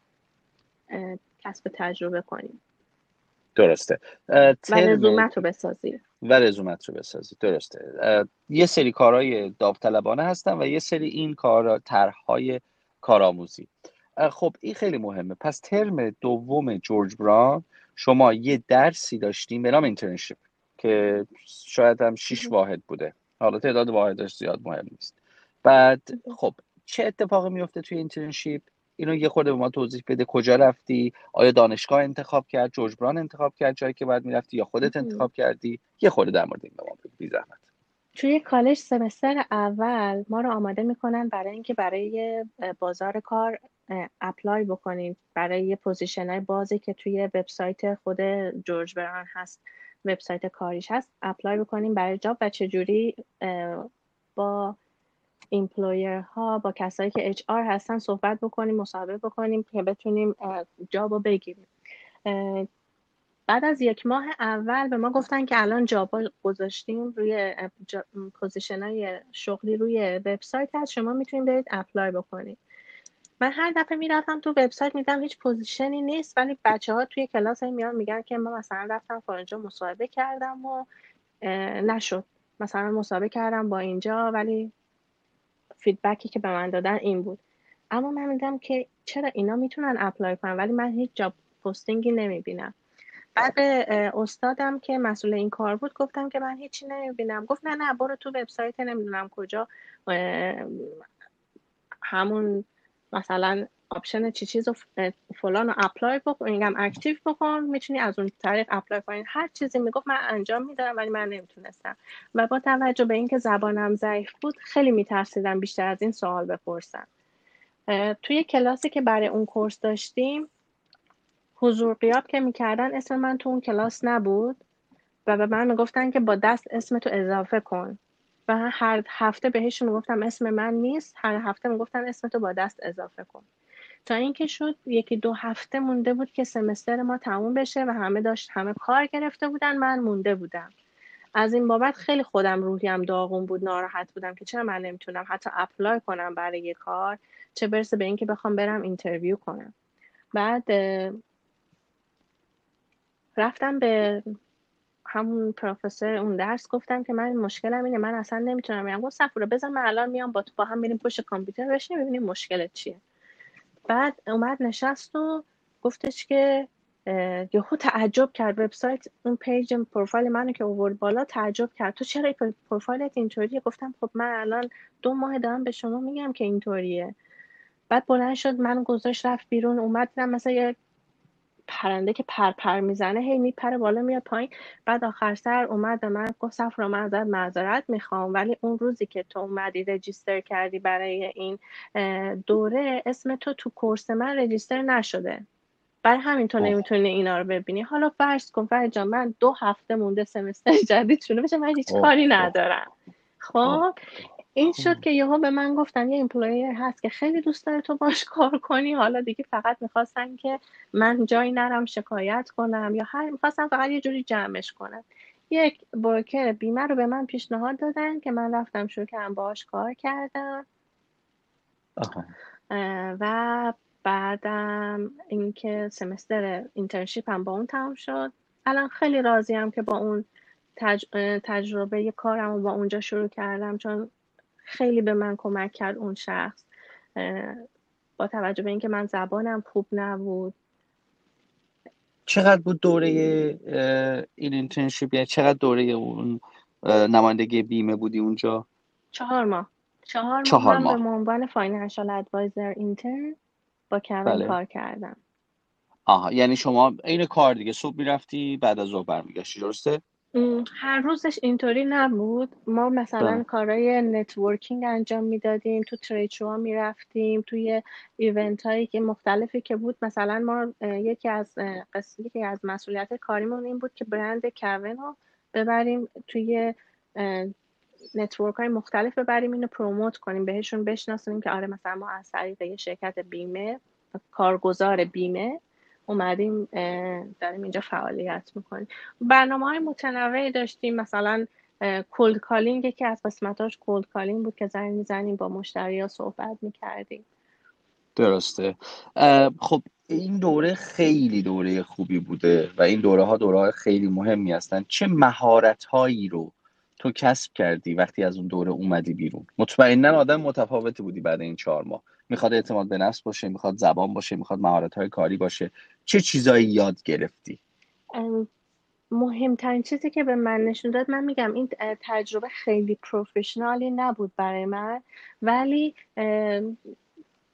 کسب تجربه کنی. درسته. و رزومت رو بسازی. و رزومت رو بسازی. درسته. یه سری کارهای داوطلبانه هستن و یه سری این کار طرحهای کارآموزی. خب این خیلی مهمه. پس ترم دوم جورج براون شما یه درسی داشتیم به نام اینترنشیپ که شاید هم شش واحد بوده. حالا تعداد واحدش زیاد مهم نیست. بعد خب چه اتفاقی میفته توی اینترنشیپ؟ اینو یه خورده به ما توضیح بده. کجا رفتی؟ آیا دانشگاه انتخاب کرد، جورج براون انتخاب کرد جایی که باید میرفتی، یا خودت انتخاب کردی؟ یه خورده در مورد این به ما بگو بی زحمت. توی کالج سمستر اول ما رو آماده میکنن برای اینکه برای بازار کار اپلای بکنیم برای یه پوزیشن های بازی که توی وبسایت خود جورج براون هست، وبسایت کاریش هست، اپلای بکنیم برای جاب و چجوری با ایمپلویر ها، با کسایی که اچ آر هستن صحبت بکنیم، مصاحبه بکنیم که بتونیم جاب رو بگیریم. بعد از یک ماه اول به ما گفتن که الان جابا گذاشتیم روی پوزیشن های شغلی روی وبسایت هست، شما میتونید برید اپلای بکنید. من هر دفعه میرفتم تو وبسایت میدم هیچ پوزیشنی نیست، ولی بچه ها توی کلاس های میان میگن که ما مثلا رفتم فلانجا مصاحبه کردم و نشد، مثلا مصاحبه کردم با اینجا ولی فیدبکی که به من دادن این بود. اما من میدم که چرا اینا میتونن اپلای کنن ولی من هیچ جاب پستینگی نمیبینم. بعد به استادم که مسئول این کار بود گفتم که من هیچی نمیبینم. گفت نه نه برو تو وبسایت نمیدونم کجا همون مثلا آپشن چی چیز و فلان رو اپلای بکن، میگم اکتیو بکن، میتونی از اون طریق اپلای کنی. هر چیزی میگفت من انجام میدادم ولی من نمیتونستم و با توجه به اینکه زبانم ضعیف بود خیلی میترسیدم بیشتر از این سوال بپرسم. توی کلاسی که برای اون کورس داشتیم حضور غیاب که میکردن اسم من تو اون کلاس نبود و به من میگفتن که با دست اسمتو اضافه کن و هر هفته بهشون میگفتم اسم من نیست، هر هفته میگفتن اسمتو با دست اضافه کن. تا اینکه شد یکی دو هفته مونده بود که سمستر ما تموم بشه و همه داشت همه کار گرفته بودن، من مونده بودم. از این بابت خیلی خودم روحیم داغون بود، ناراحت بودم که چرا من نمیتونم حتی اپلای کنم برای یه کار، چه برسه به اینکه بخوام برم اینترویو کنم. بعد رفتم به همون پروفسور اون درس گفتم که من مشکلم اینه، من اصلا نمیتونم میام. گفت صفورا بذار من الان میام با تو با هم میریم پشت کامپیوتر بشینیم ببینیم مشکلت چیه. بعد اومد نشست و گفتش که یهو تعجب کرد، وبسایت اون پیج پروفایل منو که آورد بالا تعجب کرد، تو چرا پروفایلت اینطوریه؟ گفتم خب من الان دو ماه دارم به شما میگم که اینطوریه. بعد بلند شد من گذاشت رفت بیرون، اومد دیدم مثلا یه پرنده که پر پر میزنه هی میپره بالا میاد پایین. بعد آخر سر اومد به من گفت صفرا من ازت معذرت میخوام ولی اون روزی که تو اومدی رجیستر کردی برای این دوره اسم تو تو کورس من رجیستر نشده، برای همین تو نمیتونی اینا رو ببینی. حالا فرض کن فرض جان من دو هفته مونده سمستر جدید شروع بشه، من هیچ کاری ندارم. خب این شد که یهو به من گفتن یه ایمپلویر هست که خیلی دوست داره تو باش کار کنی، حالا دیگه فقط میخواستن که من جایی نرم شکایت کنم یا هر میخواستم فقط یه جوری جمعش کنم. یک بروکر بیمه رو به من پیشنهاد دادن که من رفتم شروع کردم باهاش کار کردم. و بعدم اینکه سمستر اینترنشیپ هم با اون تموم شد. الان خیلی راضیم که با اون تج... تجربه کارم رو با اونجا شروع کردم چون خیلی به من کمک کرد اون شخص، با توجه به اینکه من زبانم خوب نبود. چقدر بود دوره این اینترنشیپ؟ یعنی چقدر دوره اون نمایندگی بیمه بودی اونجا؟ چهار ماه چهار, چهار ماه ماه من به عنوان فاینانشال ادوایزر اینترن با کوین بله. کار کردم. آها، یعنی شما این کار دیگه صبح میرفتی بعد از ظهر برمیگشتی، درسته؟ هر روزش اینطوری نبود. ما مثلا ده. کارهای نتورکینگ انجام میدادیم، تو ترید شوها میرفتیم، توی ایونت هایی که مختلفی که بود. مثلا ما یکی از قسمی که از مسئولیت کاریمون این بود که برند کوین رو ببریم توی نتورک های مختلف، ببریم اینو پروموت کنیم، بهشون بشناسونیم که آره مثلا ما از طریق یه شرکت بیمه، کارگزار بیمه اومدیم داریم اینجا فعالیت میکنیم. برنامه های متنوعی داشتیم، مثلا کولد کالینگ یکی از قسمتاش کولد کالینگ بود که زنگ میزنیم با مشتری ها صحبت میکردیم. درسته. خب این دوره خیلی دوره خوبی بوده و این دوره ها دوره های خیلی مهمی هستن. چه مهارت هایی رو تو کسب کردی وقتی از اون دوره اومدی بیرون؟ مطمئناً آدم متفاوتی بودی بعد این چهار ماه. میخواد اعتماد به نفس باشه، میخواد زبان باشه، میخواد مهارت های کاری باشه. چه چیزایی یاد گرفتی؟ مهمترین چیزی که به من نشون داد، من میگم این تجربه خیلی پروفشنالی نبود برای من، ولی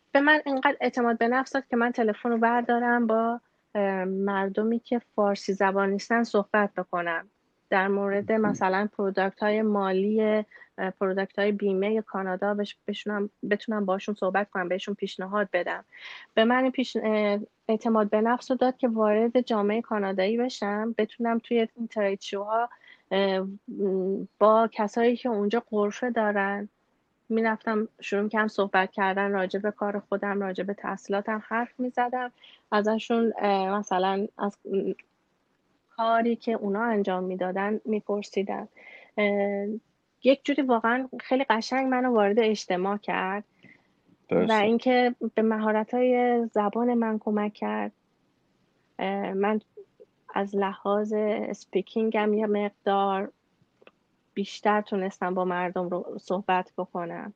به من اینقدر اعتماد به نفس داد که من تلفن رو بردارم با مردمی که فارسی زبان نیستن صحبت بکنم در مورد مثلا پروداکت های مالی، پروداکت های بیمه کانادا، بشونم بتونم باشون صحبت کنم، بهشون پیشنهاد بدم. به من پیش اعتماد به نفس رو داد که وارد جامعه کانادایی بشم، بتونم توی این ترید شوها با کسایی که اونجا غرفه دارن میرفتم شروع کردم صحبت کردن راجع به کار خودم، راجع به تحصیلاتم حرف میزدم، ازشون مثلا از کاری که اونا انجام میدادن میپرسیدم. یک جوری واقعا خیلی قشنگ منو وارد اجتماع کرد و اینکه به مهارت‌های زبان من کمک کرد. من از لحاظ اسپیکینگم یه مقدار بیشتر تونستم با مردم رو صحبت بکنم.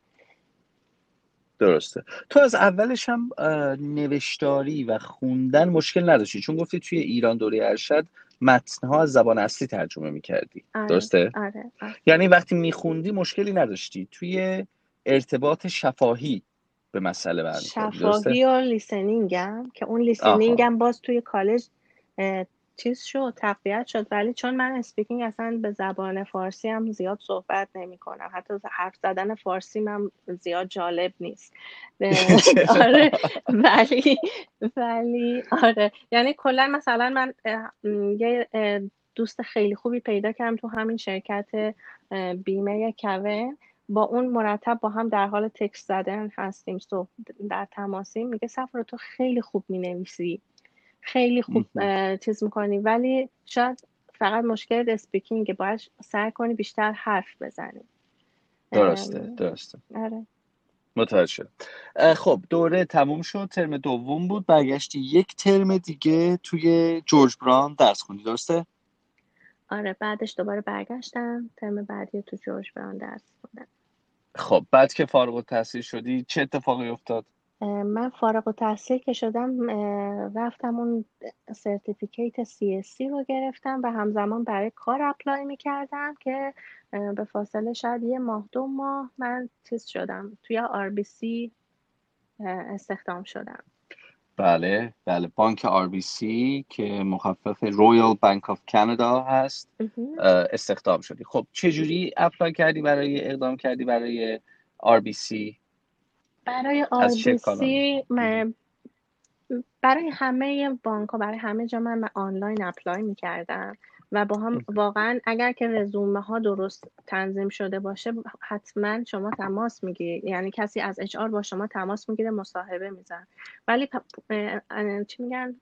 درسته. تو از اولش هم نوشتاری و خوندن مشکل نداشتی، چون گفتی توی ایران دوره ارشد متن‌ها از زبان اصلی ترجمه می‌کردی. آره، درسته؟ آره، آره. یعنی وقتی میخوندی مشکلی نداشتی توی ارتباط شفاهی به مسئله برمی‌خوردی. شفاهی و لیسنینگم که اون لیسنینگم باز توی کالج چیز شد، تقویت شد، ولی چون من اسپیکینگ اصلا به زبان فارسی هم زیاد صحبت نمی کنم، حتی حرف زدن فارسی من زیاد جالب نیست. آره ولی ولی آره یعنی کلا مثلا من یه دوست خیلی خوبی پیدا کردم تو همین شرکت بیمه کوین، با اون مرتب با هم در حال تکست زدن هستیم، صبح در تماسیم. میگه صفرا تو خیلی خوب مینویسی، خیلی خوب چیز میکنی، ولی شاید فقط مشکل اسپیکینگ، باید سعی کنی بیشتر حرف بزنی. درسته درسته آره متوجه شدم. خب دوره تموم شد، ترم دوم بود، برگشتی یک ترم دیگه توی جورج براون درس خوندی، درسته؟ آره بعدش دوباره برگشتم ترم بعدی تو جورج براون درس خوندم. خب بعد که فارغ التحصیل شدی چه اتفاقی افتاد؟ من فارغ التحصیل که شدم رفتم اون سرتیفیکیت سی اس سی رو گرفتم و همزمان برای کار اپلای میکردم که به فاصله شاید یه ماه دو ماه من چیز شدم توی آر بی سی استخدام شدم. بله بله بانک آر بی سی که مخفف رویال بانک آف کانادا هست استخدام شدی. خب چجوری اپلای کردی برای اقدام کردی برای آر بی سی؟ برای آر بی سی من برای همه بانک ها، برای همه جا من آنلاین اپلای میکردم و با هم واقعا اگر که رزومه ها درست تنظیم شده باشه حتما شما تماس میگیرید، یعنی کسی از اچ آر با شما تماس میگیره، مصاحبه میزن. ولی چی میگن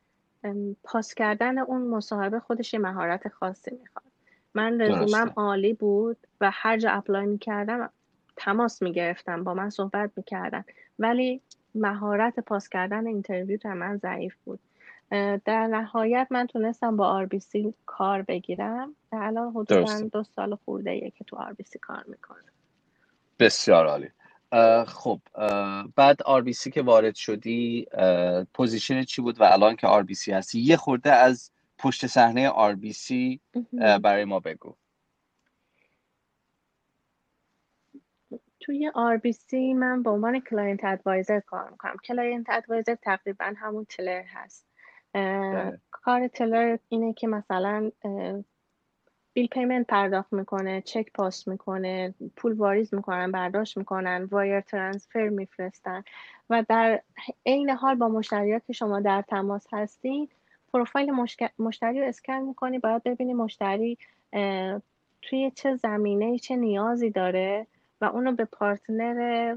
پاس کردن اون مصاحبه خودش یه مهارت خاصی میخواد. من رزومم عالی بود و هر جا اپلای میکردم تماس میگرفتم، با من صحبت میکردن، ولی مهارت پاس کردن اینترویو در من ضعیف بود. در نهایت من تونستم با آر بی سی کار بگیرم. الان حدوداً دو سال خورده ایه که تو آر بی سی کار میکنم. بسیار عالی. خب بعد آر بی سی که وارد شدی پوزیشن چی بود و الان که آر بی سی هستی یه خورده از پشت صحنه آر بی سی برای ما بگو. توی آر بی سی من به عنوان کلاینت ادوایزر کار میکنم. کلاینت ادوایزر تقریبا همون تلر هست. کار تلر اینه که مثلا بیل پیمنت پرداخت میکنه، چک پاس میکنه، پول واریز میکنن، برداشت میکنن، وایر ترانسفر میفرستن و در عین حال با مشتریات که شما در تماس هستین پروفایل مشتری رو اسکن میکنی، باید ببینی مشتری توی چه زمینه چه نیازی داره و اونو به پارتنر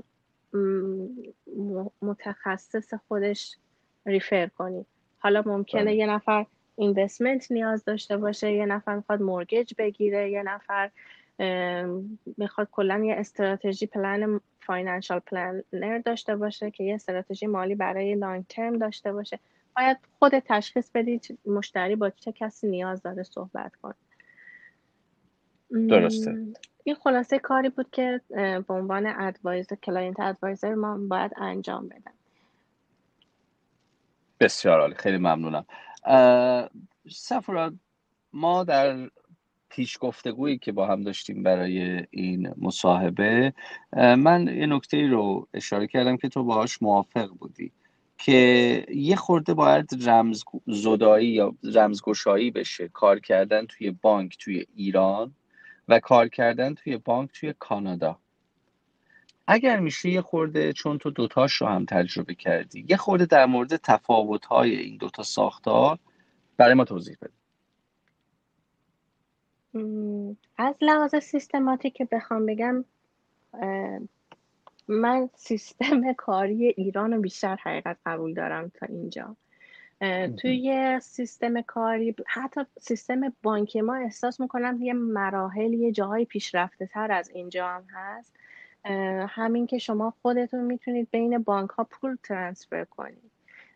متخصص خودش ریفر کنی. حالا ممکنه یه نفر اینوستمنت نیاز داشته باشه، یه نفر میخواد مورگیج بگیره، یه نفر میخواد کلا یه استراتژی پلن فاینانشال پلنر داشته باشه که یه استراتژی مالی برای لانگ ترم داشته باشه. باید خود تشخیص بدی مشتری با چه کسی نیاز داره صحبت کنه. درسته. این خلاصه کاری بود که به عنوان ادوایزر، کلاینت ادوایزر ما باید انجام بدم. بسیار عالی، خیلی ممنونم. صفرا ما در پیش گفتگویی که با هم داشتیم برای این مصاحبه، من یه نکته رو اشاره کردم که تو باهاش موافق بودی که یه خورده باید رمز زدایی یا رمزگشایی بشه کار کردن توی بانک توی ایران و کار کردن توی بانک توی کانادا. اگر میشه یه خورده، چون تو دوتاش رو هم تجربه کردی، یه خورده در مورد تفاوت‌های این دوتا ساختار برای ما توضیح بده. از لحاظ سیستماتیک که بخوام بگم، من سیستم کاری ایران رو بیشتر حقیقت قبول دارم تا اینجا. توی سیستم کاری، حتی سیستم بانکی ما احساس میکنم یه مراحل یه جاهای پیشرفته تر از اینجا هم هست. همین که شما خودتون میتونید بین بانک ها پول ترانسفر کنید،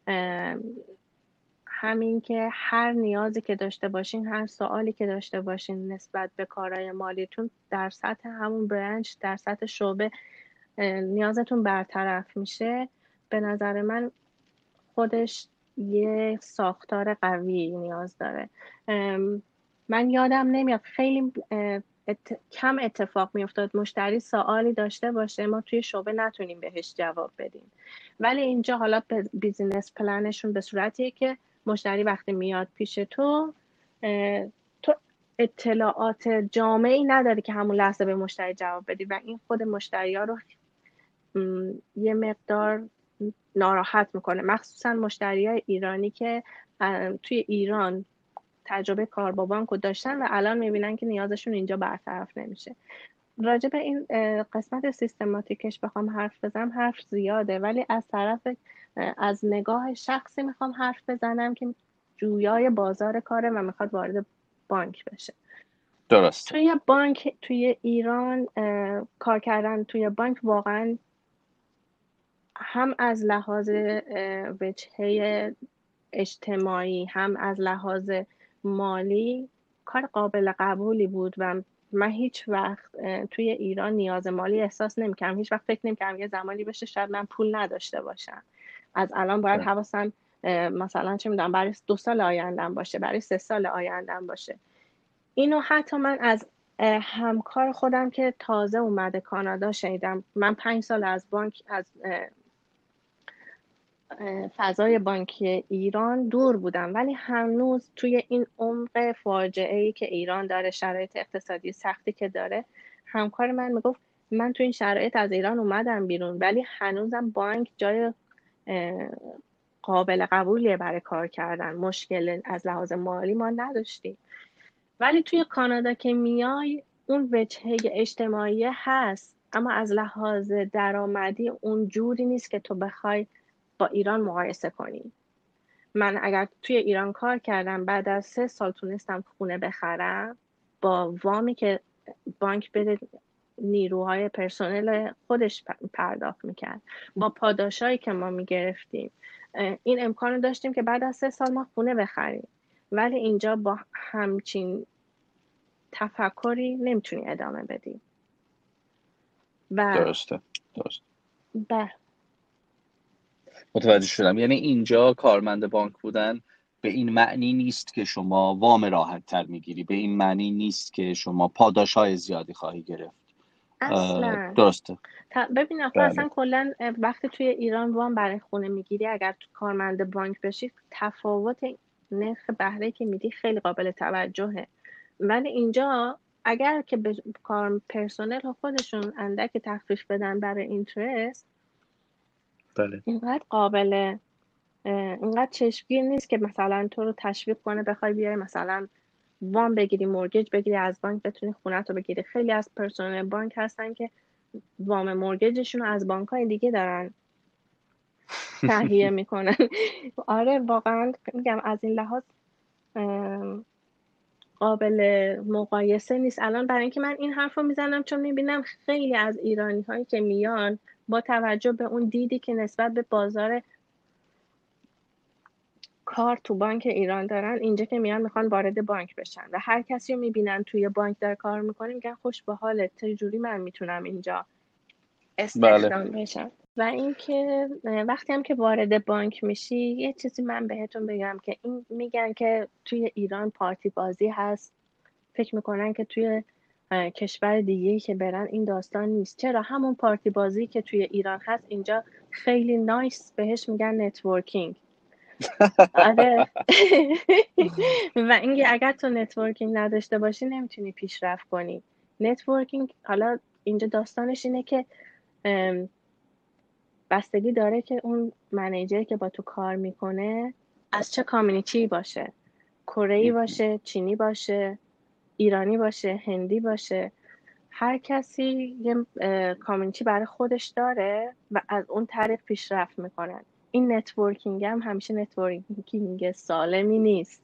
همین که هر نیازی که داشته باشین، هر سوالی که داشته باشین نسبت به کارهای مالیتون در سطح همون برنچ، در سطح شعبه نیازتون برطرف میشه. به نظر من خودش یه ساختار قوی نیاز داره. من یادم نمیاد، خیلی ات... کم اتفاق میافتاد مشتری سوالی داشته باشه ما توی شعبه نتونیم بهش جواب بدیم، ولی اینجا حالا بیزینس پلنشون به صورتیه که مشتری وقتی میاد پیش تو، تو اطلاعات جامعی نداری که همون لحظه به مشتری جواب بدی و این خود مشتری ها رو یه مقدار ناراحت میکنه، مخصوصا مشتری های ایرانی که توی ایران تجربه کار با بانک رو داشتن و الان میبینن که نیازشون اینجا برطرف نمیشه. راجع به این قسمت سیستماتیکش بخوام حرف بزنم حرف زیاده، ولی از طرف از نگاه شخصی میخوام حرف بزنم که جویای بازار کاره و میخواد وارد بانک بشه. درست. توی بانک توی ایران کار کردن توی بانک واقعا هم از لحاظ وجهه اجتماعی هم از لحاظ مالی کار قابل قبولی بود و من هیچ وقت توی ایران نیاز مالی احساس نمی‌کردم. هیچ وقت فکر نمی‌کردم یه زمانی بشه شاید من پول نداشته باشم. از الان باید حواسم مثلا چه می‌دونم برای دو سال آیندهم باشه، برای سه سال آیندهم باشه. اینو حتی من از همکار خودم که تازه اومده کانادا شنیدم. من پنج سال از بانک، از فضای بانکی ایران دور بودم، ولی هنوز توی این عمق فاجعه‌ای که ایران داره، شرایط اقتصادی سختی که داره، همکار من میگفت من توی این شرایط از ایران اومدم بیرون ولی هنوزم بانک جای قابل قبولیه برای کار کردن، مشکل از لحاظ مالی ما نداشتیم. ولی توی کانادا که میای اون وجهه اجتماعی هست، اما از لحاظ درآمدی اون جوری نیست که تو بخوای با ایران مقایسه کنی. من اگر توی ایران کار کردم بعد از سه سال تونستم خونه بخرم با وامی که بانک بده نیروهای پرسنل خودش پرداخت میکرد، با پاداشایی که ما میگرفتیم، این امکانو داشتیم که بعد از سه سال ما خونه بخریم. ولی اینجا با همچین تفکری نمیتونی ادامه بدی. و درسته درست بله متوجه شدم. یعنی اینجا کارمند بانک بودن به این معنی نیست که شما وام راحت تر میگیری، به این معنی نیست که شما پاداش های زیادی خواهی گرفت. اصلا درسته. ببین آخه اصلا کلا وقتی توی ایران وام برای خونه میگیری، اگر تو کارمند بانک بشی تفاوت نرخ بهره که میدی خیلی قابل توجهه. ولی اینجا اگر که به کار پرسنل خودشون اندک تخفیف بدن برای اینترست، بله اینقدر قابل اینقدر چشمگیر نیست که مثلا تو رو تشویق کنه بخوای بیای مثلا وام بگیری، مورگیج بگیری از بانک بتونی خونه تو بگیری. خیلی از پرسنل بانک هستن که وام مورگیجشون رو از بانک‌های دیگه دارن تهیه میکنن. آره واقعا میگم از این لحاظ قابل مقایسه نیست الان. برای اینکه من این حرف رو میزنم چون میبینم خیلی از ایرانی هایی که میان با توجه به اون دیدی که نسبت به بازار کار تو بانک ایران دارن، اینجا که میان میخوان وارد بانک بشن و هر کسی رو میبینن توی بانک داره کار میکنه میگن خوش به حالت، چجوری من میتونم اینجا استخدام بله. بشم. و اینکه وقتی هم که وارد بانک میشی یه چیزی من بهتون بگم که این میگن که توی ایران پارتی بازی هست فکر میکنن که توی کشور دیگه‌ای که برن این داستان نیست. چرا؟ همون پارتی بازی که توی ایران هست اینجا خیلی نایس بهش میگن نتورکینگ. آره. و اینکه اگر تو نتورکینگ نداشته باشی نمیتونی پیشرفت کنی. نتورکینگ حالا اینجا داستانش اینه که بستگی داره که اون منیجر که با تو کار میکنه از چه کامیونیتی باشه، کره‌ای باشه، چینی باشه، ایرانی باشه، هندی باشه. هر کسی یه کامیونیتی برای خودش داره و از اون طریق پیشرفت میکنن. این نتورکینگ هم همیشه نتورکینگ سالمی نیست.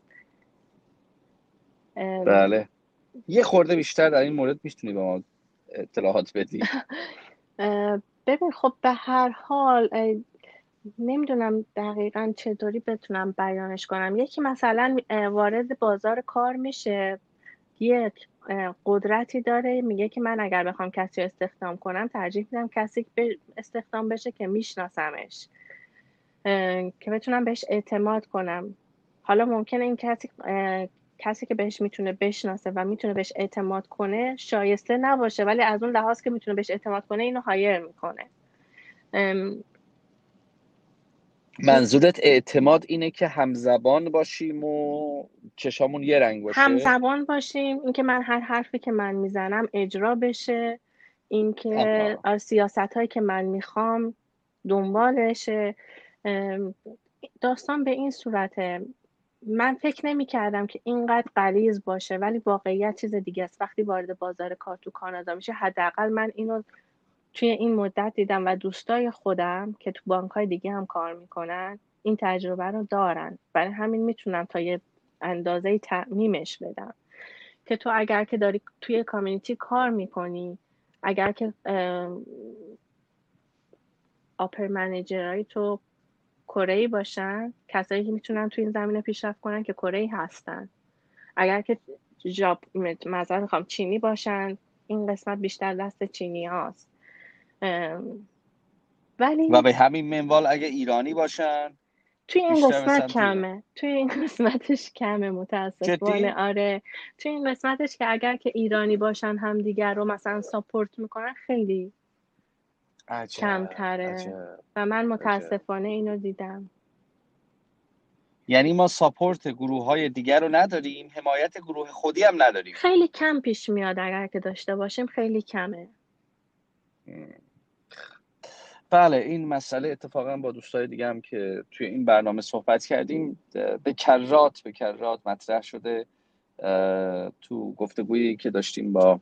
بله. یه خورده بیشتر در این مورد میتونی به ما اطلاعات بدی؟ ببین خب به هر حال نمیدونم دقیقاً چطوری بتونم بیانش کنم. یکی مثلا وارد بازار کار میشه، یک قدرتی داره، میگه که من اگر بخوام کسی استخدام کنم ترجیح میدم کسی استخدام بشه که میشناسمش، که بتونم بهش اعتماد کنم. حالا ممکنه این کسی کسی که بهش میتونه بشناسه و میتونه بهش اعتماد کنه شایسته نباشه، ولی از اون لحاظ که میتونه بهش اعتماد کنه اینو هایر میکنه. منظورت اعتماد اینه که همزبان باشیم و چشامون یه رنگ باشه؟ همزبان باشیم، اینکه من هر حرفی که من میزنم اجرا بشه، اینکه سیاست هایی که من میخوام دنبالشه. داستان به این صورته. من فکر نمی کردم که اینقدر غلیظ باشه، ولی واقعیت چیز دیگه است. وقتی وارد بازار کار تو کانادا میشه، حداقل من اینو توی این مدت دیدم و دوستای خودم که تو بانک‌های دیگه هم کار میکنن این تجربه رو دارن. برای همین میتونم تا یه اندازه‌ای تعمیمش بدم که تو اگر که داری توی کامیونیتی کار میکنی، اگر که آپر منیجرهای تو کره‌ای باشن، کسایی که میتونن توی این زمینه پیشرفت کنن که کره‌ای هستن. اگر که جاب مثلا میخوام چینی باشن، این قسمت بیشتر دست چینی هاست. ولی و به همین منوال اگه ایرانی باشن توی این قسمت کمه، توی این قسمتش کمه متاسفانه. آره توی این قسمتش که اگر که ایرانی باشن هم دیگر رو مثلا ساپورت میکنن خیلی عجب، کمتره عجب، و من متاسفانه عجب. اینو دیدم. یعنی ما ساپورت گروه های دیگر رو نداریم، حمایت گروه خودی هم نداریم. خیلی کم پیش میاد، اگر که داشته باشیم خیلی کمه. بله این مسئله اتفاقا با دوستای دیگه هم که توی این برنامه صحبت کردیم به کرات به کرات مطرح شده. تو گفتگویی که داشتیم با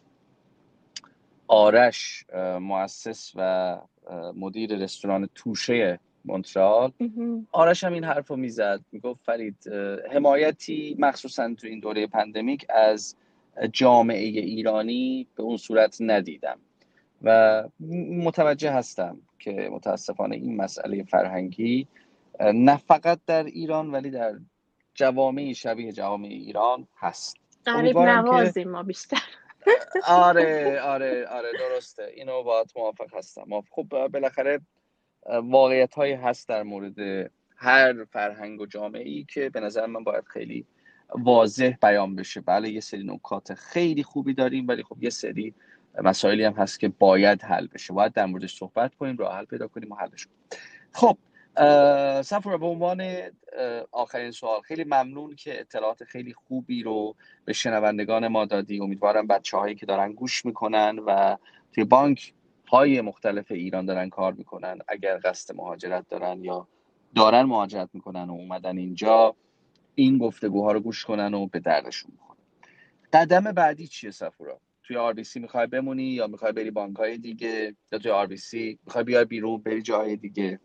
آرش مؤسس و مدیر رستوران توشه مونترال، آرش هم این حرف رو میزد، میگفت فرید حمایتی مخصوصا تو این دوره پندمیک از جامعه ایرانی به اون صورت ندیدم و متوجه هستم که متاسفانه این مسئله فرهنگی نه فقط در ایران ولی در جوامع شبیه جوامع ایران هست. غریب نوازیم ما بیشتر. آره آره آره درسته، اینو باید موافق هستم. خب بالاخره واقعیت هایی هست در مورد هر فرهنگ و جامعه‌ای که به نظر من باید خیلی واضح بیان بشه. بله یه سری نکات خیلی خوبی داریم ولی خب یه سری مسائلی هم هست که باید حل بشه، باید در موردش صحبت کنیم، راه حل پیدا کنیم و حلش کنیم. خب صفورا به عنوان آخرین سوال، خیلی ممنون که اطلاعات خیلی خوبی رو به شنوندگان ما دادی. امیدوارم بچه‌هایی که دارن گوش میکنن و توی بانک های مختلف ایران دارن کار میکنن، اگر قصد مهاجرت دارن یا دارن مهاجرت میکنن و اومدن اینجا، این گفتگوها رو گوش کنن و به دردشون بخوره. قدم بعدی چیه صفورا؟ توی آر بی سی میخوای بمونی یا میخوای بری بانک‌های دیگه، یا توی آر بی سی میخوای بیای بیرون بری جای دیگه؟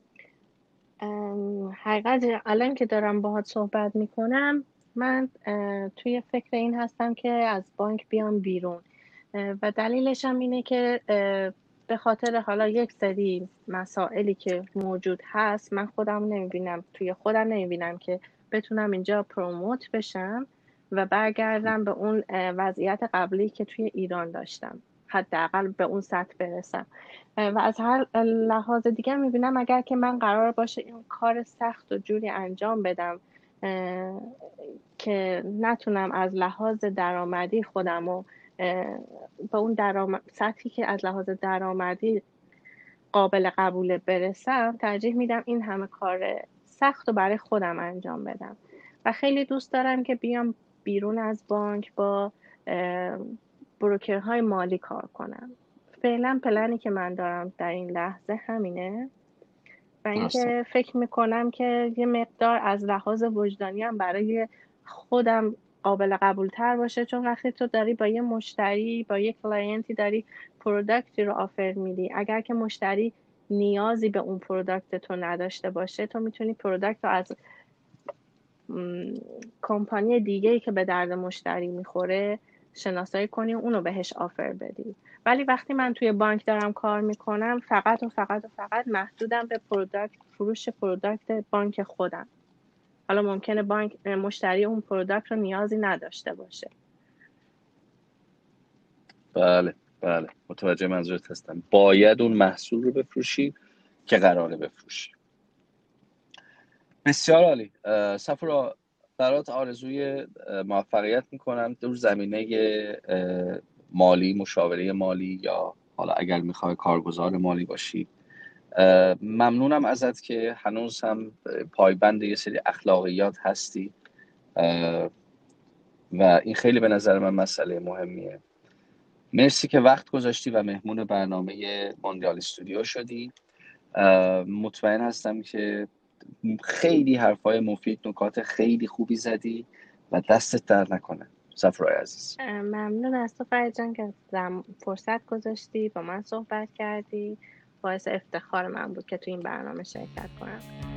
حقیقت الان که دارم باهات صحبت میکنم من توی فکر این هستم که از بانک بیام بیرون و دلیلش هم اینه که به خاطر حالا یک سری مسائلی که موجود هست من خودم نمیبینم توی خودم نمیبینم که بتونم اینجا پروموت بشم و برگردم به اون وضعیت قبلی که توی ایران داشتم، حداقل به اون سطح برسم. و از هر لحاظ دیگه میبینم اگر که من قرار باشه این کار سخت و جوری انجام بدم که نتونم از لحاظ درآمدی خودم رو با اون درآمد سطحی که از لحاظ درآمدی قابل قبول برسم، ترجیح میدم این همه کار سخت رو برای خودم انجام بدم. و خیلی دوست دارم که بیام بیرون از بانک با بروکرهای مالی کار کنم. فعلا پلنی که من دارم در این لحظه همینه و اینکه فکر میکنم که یه مقدار از لحاظ وجدانی هم برای خودم قابل قبول تر باشه، چون وقتی تو داری با یه مشتری، با یه کلاینتی داری پروداکتی رو آفر میدی، اگر که مشتری نیازی به اون پروداکت تو نداشته باشه، تو میتونی پروداکت رو از کمپانی دیگه‌ای که به درد مشتری میخوره شناسایی کنی و اونو بهش آفر بدی. ولی وقتی من توی بانک دارم کار میکنم، فقط و فقط و فقط محدودم به پروداکت، فروش پروداکت بانک خودم. حالا ممکنه بانک مشتری اون پروداکت رو نیازی نداشته باشه. بله بله متوجه منظورت هستم. باید اون محصول رو بفروشی که قراره بفروشی. بسیار عالی. صفورا، برات آرزوی موفقیت میکنم در زمینه مالی، مشاوره مالی، یا حالا اگر میخوای کارگزار مالی باشی. ممنونم ازت که هنوز هم پایبند یه سری اخلاقیات هستی و این خیلی به نظر من مسئله مهمیه. مرسی که وقت گذاشتی و مهمون برنامه موندیال استودیو شدی. مطمئن هستم که خیلی حرفای مفید، نکات خیلی خوبی زدی و دستت در نکنه. صفرای عزیز، ممنون از تو فرید جان که فرصت گذاشتی با من صحبت کردی. باعث افتخار من بود که تو این برنامه شرکت کنم.